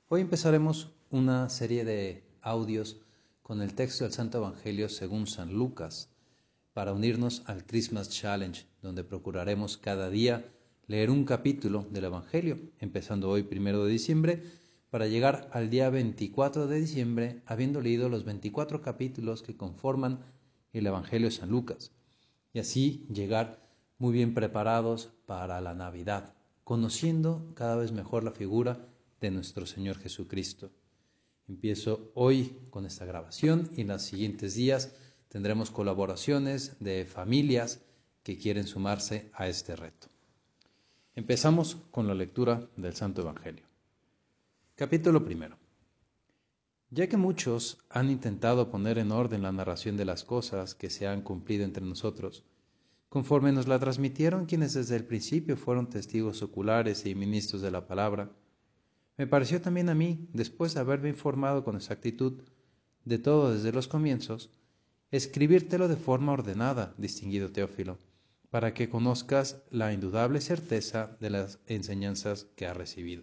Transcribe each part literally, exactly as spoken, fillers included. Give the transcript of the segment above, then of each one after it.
Hoy empezaremos una serie de audios con el texto del Santo Evangelio según San Lucas, para unirnos al Christmas Challenge, donde procuraremos cada día leer un capítulo del Evangelio, empezando hoy primero de diciembre, para llegar al día veinticuatro de diciembre, habiendo leído los veinticuatro capítulos que conforman el Evangelio de San Lucas, y así llegar muy bien preparados para la Navidad, conociendo cada vez mejor la figura de nuestro Señor Jesucristo. Empiezo hoy con esta grabación y en los siguientes días tendremos colaboraciones de familias que quieren sumarse a este reto. Empezamos con la lectura del Santo Evangelio. Capítulo primero. Ya que muchos han intentado poner en orden la narración de las cosas que se han cumplido entre nosotros, conforme nos la transmitieron quienes desde el principio fueron testigos oculares y ministros de la palabra, me pareció también a mí, después de haberme informado con exactitud de todo desde los comienzos, escribírtelo de forma ordenada, distinguido Teófilo, para que conozcas la indudable certeza de las enseñanzas que has recibido.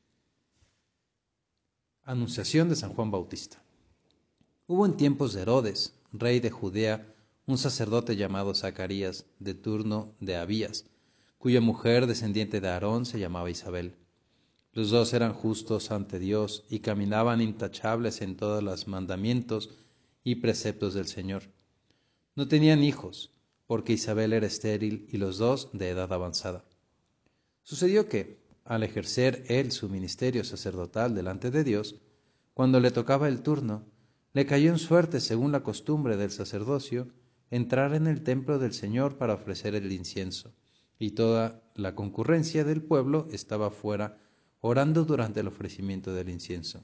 Anunciación de San Juan Bautista. Hubo en tiempos de Herodes, rey de Judea, un sacerdote llamado Zacarías, de turno de Abías, cuya mujer, descendiente de Aarón, se llamaba Isabel. Los dos eran justos ante Dios y caminaban intachables en todos los mandamientos y preceptos del Señor. No tenían hijos, porque Isabel era estéril y los dos de edad avanzada. Sucedió que, al ejercer él su ministerio sacerdotal delante de Dios, cuando le tocaba el turno, le cayó en suerte, según la costumbre del sacerdocio, entrar en el templo del Señor para ofrecer el incienso, y toda la concurrencia del pueblo estaba fuera, orando durante el ofrecimiento del incienso.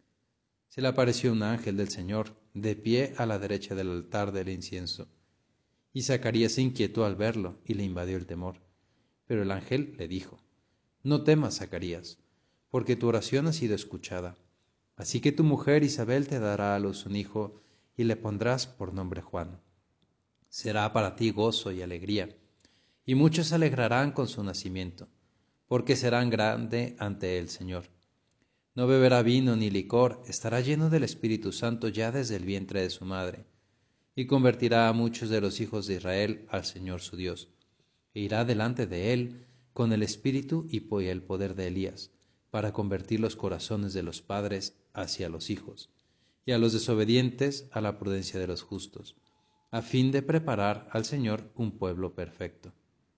Se le apareció un ángel del Señor, de pie a la derecha del altar del incienso. Y Zacarías se inquietó al verlo, y le invadió el temor. Pero el ángel le dijo: No temas, Zacarías, porque tu oración ha sido escuchada. Así que tu mujer Isabel te dará a luz un hijo, y le pondrás por nombre Juan. Será para ti gozo y alegría, y muchos se alegrarán con su nacimiento, porque serán grande ante el Señor. No beberá vino ni licor, estará lleno del Espíritu Santo ya desde el vientre de su madre, y convertirá a muchos de los hijos de Israel al Señor su Dios, e irá delante de él con el Espíritu y el poder de Elías, para convertir los corazones de los padres hacia los hijos, y a los desobedientes a la prudencia de los justos, a fin de preparar al Señor un pueblo perfecto.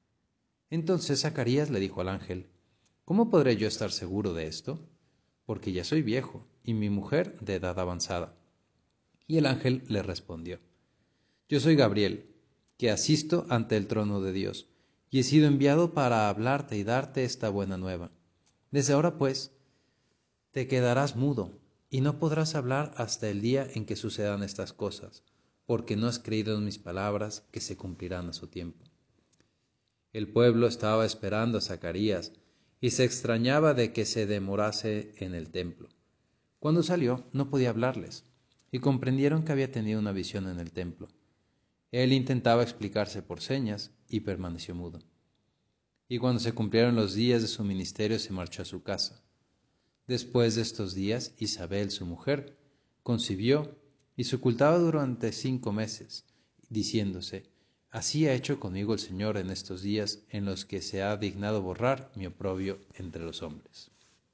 Entonces Zacarías le dijo al ángel: ¿Cómo podré yo estar seguro de esto? Porque ya soy viejo, y mi mujer de edad avanzada. Y el ángel le respondió: Yo soy Gabriel, que asisto ante el trono de Dios, y he sido enviado para hablarte y darte esta buena nueva. Desde ahora, pues, te quedarás mudo, y no podrás hablar hasta el día en que sucedan estas cosas, porque no has creído en mis palabras, que se cumplirán a su tiempo. El pueblo estaba esperando a Zacarías, y se extrañaba de que se demorase en el templo. Cuando salió, no podía hablarles, y comprendieron que había tenido una visión en el templo. Él intentaba explicarse por señas, y permaneció mudo. Y cuando se cumplieron los días de su ministerio, se marchó a su casa. Después de estos días, Isabel, su mujer, concibió, y se ocultaba durante cinco meses, diciéndose: Así ha hecho conmigo el Señor en estos días en los que se ha dignado borrar mi oprobio entre los hombres.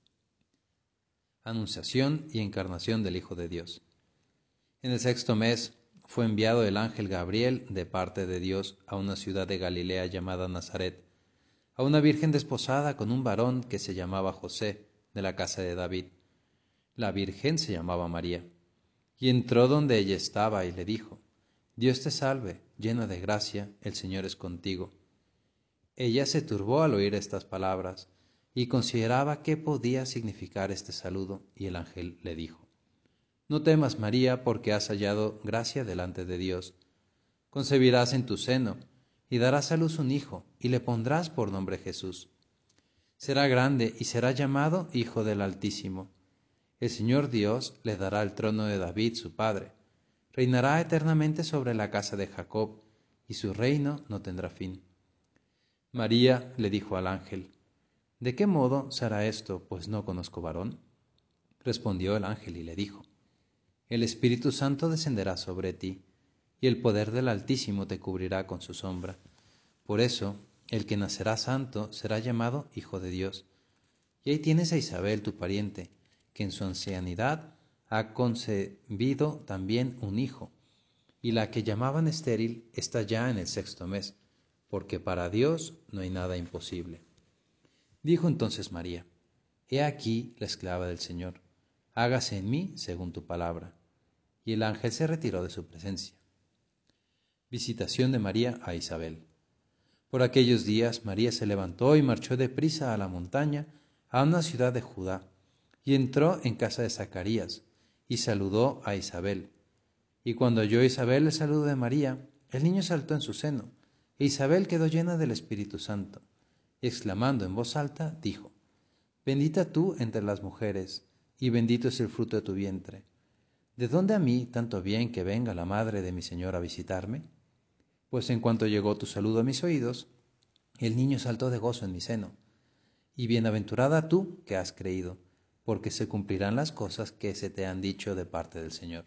Anunciación y encarnación del Hijo de Dios. En el sexto mes fue enviado el ángel Gabriel de parte de Dios a una ciudad de Galilea llamada Nazaret, a una virgen desposada con un varón que se llamaba José, de la casa de David. La virgen se llamaba María. Y entró donde ella estaba y le dijo: Dios te salve, llena de gracia, el Señor es contigo. Ella se turbó al oír estas palabras y consideraba qué podía significar este saludo, y el ángel le dijo: No temas, María, porque has hallado gracia delante de Dios. Concebirás en tu seno y darás a luz un hijo, y le pondrás por nombre Jesús. Será grande y será llamado Hijo del Altísimo. El Señor Dios le dará el trono de David, su padre. Reinará eternamente sobre la casa de Jacob, y su reino no tendrá fin. María le dijo al ángel: ¿De qué modo será esto, pues no conozco varón? Respondió el ángel y le dijo: El Espíritu Santo descenderá sobre ti, y el poder del Altísimo te cubrirá con su sombra. Por eso, el que nacerá santo será llamado Hijo de Dios. Y ahí tienes a Isabel, tu pariente, que en su ancianidad ha concebido también un hijo, y la que llamaban estéril está ya en el sexto mes, porque para Dios no hay nada imposible. Dijo entonces María: He aquí la esclava del Señor, hágase en mí según tu palabra. Y el ángel se retiró de su presencia. Visitación de María a Isabel. Por aquellos días María se levantó y marchó deprisa a la montaña, a una ciudad de Judá, y entró en casa de Zacarías, y saludó a Isabel. Y cuando oyó Isabel el saludo de María, el niño saltó en su seno, e Isabel quedó llena del Espíritu Santo, y exclamando en voz alta, dijo: Bendita tú entre las mujeres, y bendito es el fruto de tu vientre. ¿De dónde a mí tanto bien que venga la madre de mi Señor a visitarme? Pues en cuanto llegó tu saludo a mis oídos, el niño saltó de gozo en mi seno. Y bienaventurada tú que has creído, porque se cumplirán las cosas que se te han dicho de parte del Señor.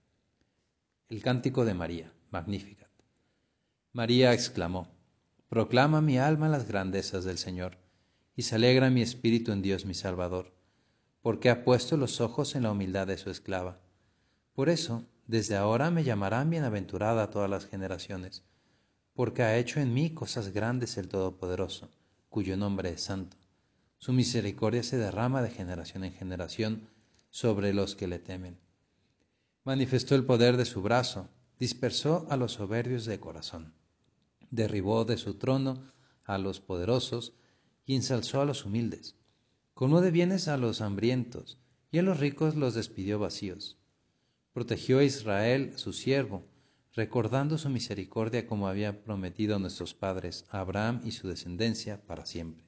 El cántico de María, Magnificat. María exclamó: Proclama mi alma las grandezas del Señor, y se alegra mi espíritu en Dios mi Salvador, porque ha puesto los ojos en la humildad de su esclava. Por eso, desde ahora me llamarán bienaventurada a todas las generaciones, porque ha hecho en mí cosas grandes el Todopoderoso, cuyo nombre es santo. Su misericordia se derrama de generación en generación sobre los que le temen. Manifestó el poder de su brazo, dispersó a los soberbios de corazón, derribó de su trono a los poderosos y ensalzó a los humildes. Colmó de bienes a los hambrientos y a los ricos los despidió vacíos. Protegió a Israel, su siervo, recordando su misericordia como había prometido a nuestros padres, a Abraham y su descendencia para siempre.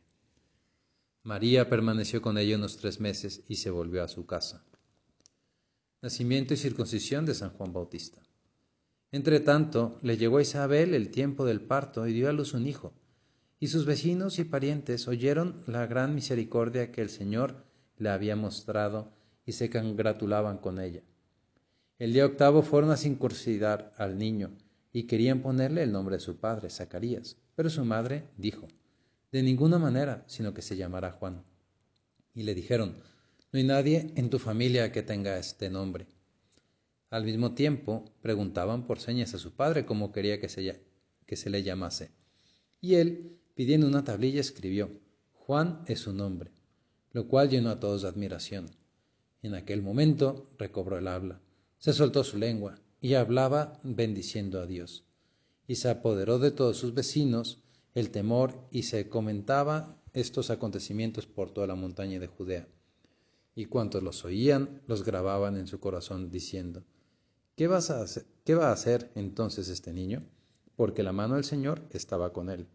María permaneció con ellos unos tres meses y se volvió a su casa. Nacimiento y circuncisión de San Juan Bautista. Entre tanto, le llegó a Isabel el tiempo del parto y dio a luz un hijo, y sus vecinos y parientes oyeron la gran misericordia que el Señor le había mostrado y se congratulaban con ella. El día octavo fueron a circuncidar al niño y querían ponerle el nombre de su padre, Zacarías, pero su madre dijo: De ninguna manera, sino que se llamará Juan. Y le dijeron: No hay nadie en tu familia que tenga este nombre. Al mismo tiempo, preguntaban por señas a su padre cómo quería que se, que se le llamase. Y él, pidiendo una tablilla, escribió: Juan es su nombre, lo cual llenó a todos de admiración. En aquel momento recobró el habla, se soltó su lengua y hablaba bendiciendo a Dios. Y se apoderó de todos sus vecinos el temor y se comentaba estos acontecimientos por toda la montaña de Judea. Y cuantos los oían, los grababan en su corazón, diciendo: ¿Qué, vas a hacer? ¿Qué va a hacer entonces este niño? Porque la mano del Señor estaba con él.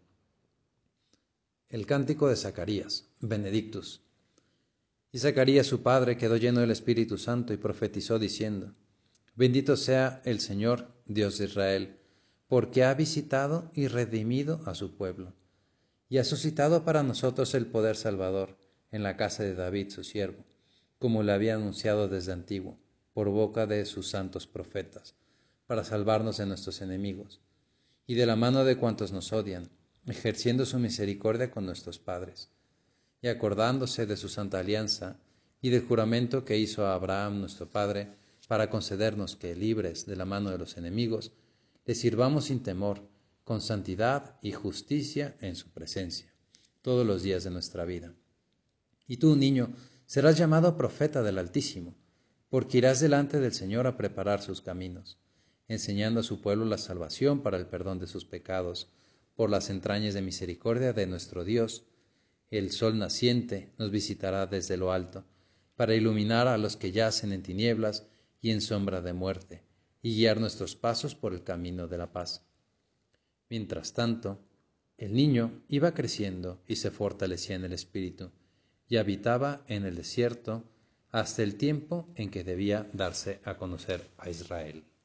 El cántico de Zacarías, Benedictus. Y Zacarías su padre quedó lleno del Espíritu Santo y profetizó diciendo: Bendito sea el Señor, Dios de Israel, porque ha visitado y redimido a su pueblo, y ha suscitado para nosotros el poder salvador en la casa de David su siervo, como le había anunciado desde antiguo, por boca de sus santos profetas, para salvarnos de nuestros enemigos, y de la mano de cuantos nos odian, ejerciendo su misericordia con nuestros padres, y acordándose de su santa alianza y del juramento que hizo a Abraham nuestro padre, para concedernos que, libres de la mano de los enemigos, le sirvamos sin temor, con santidad y justicia en su presencia, todos los días de nuestra vida. Y tú, niño, serás llamado profeta del Altísimo, porque irás delante del Señor a preparar sus caminos, enseñando a su pueblo la salvación para el perdón de sus pecados, por las entrañas de misericordia de nuestro Dios. El sol naciente nos visitará desde lo alto, para iluminar a los que yacen en tinieblas y en sombra de muerte, y guiar nuestros pasos por el camino de la paz. Mientras tanto, el niño iba creciendo y se fortalecía en el espíritu, y habitaba en el desierto hasta el tiempo en que debía darse a conocer a Israel.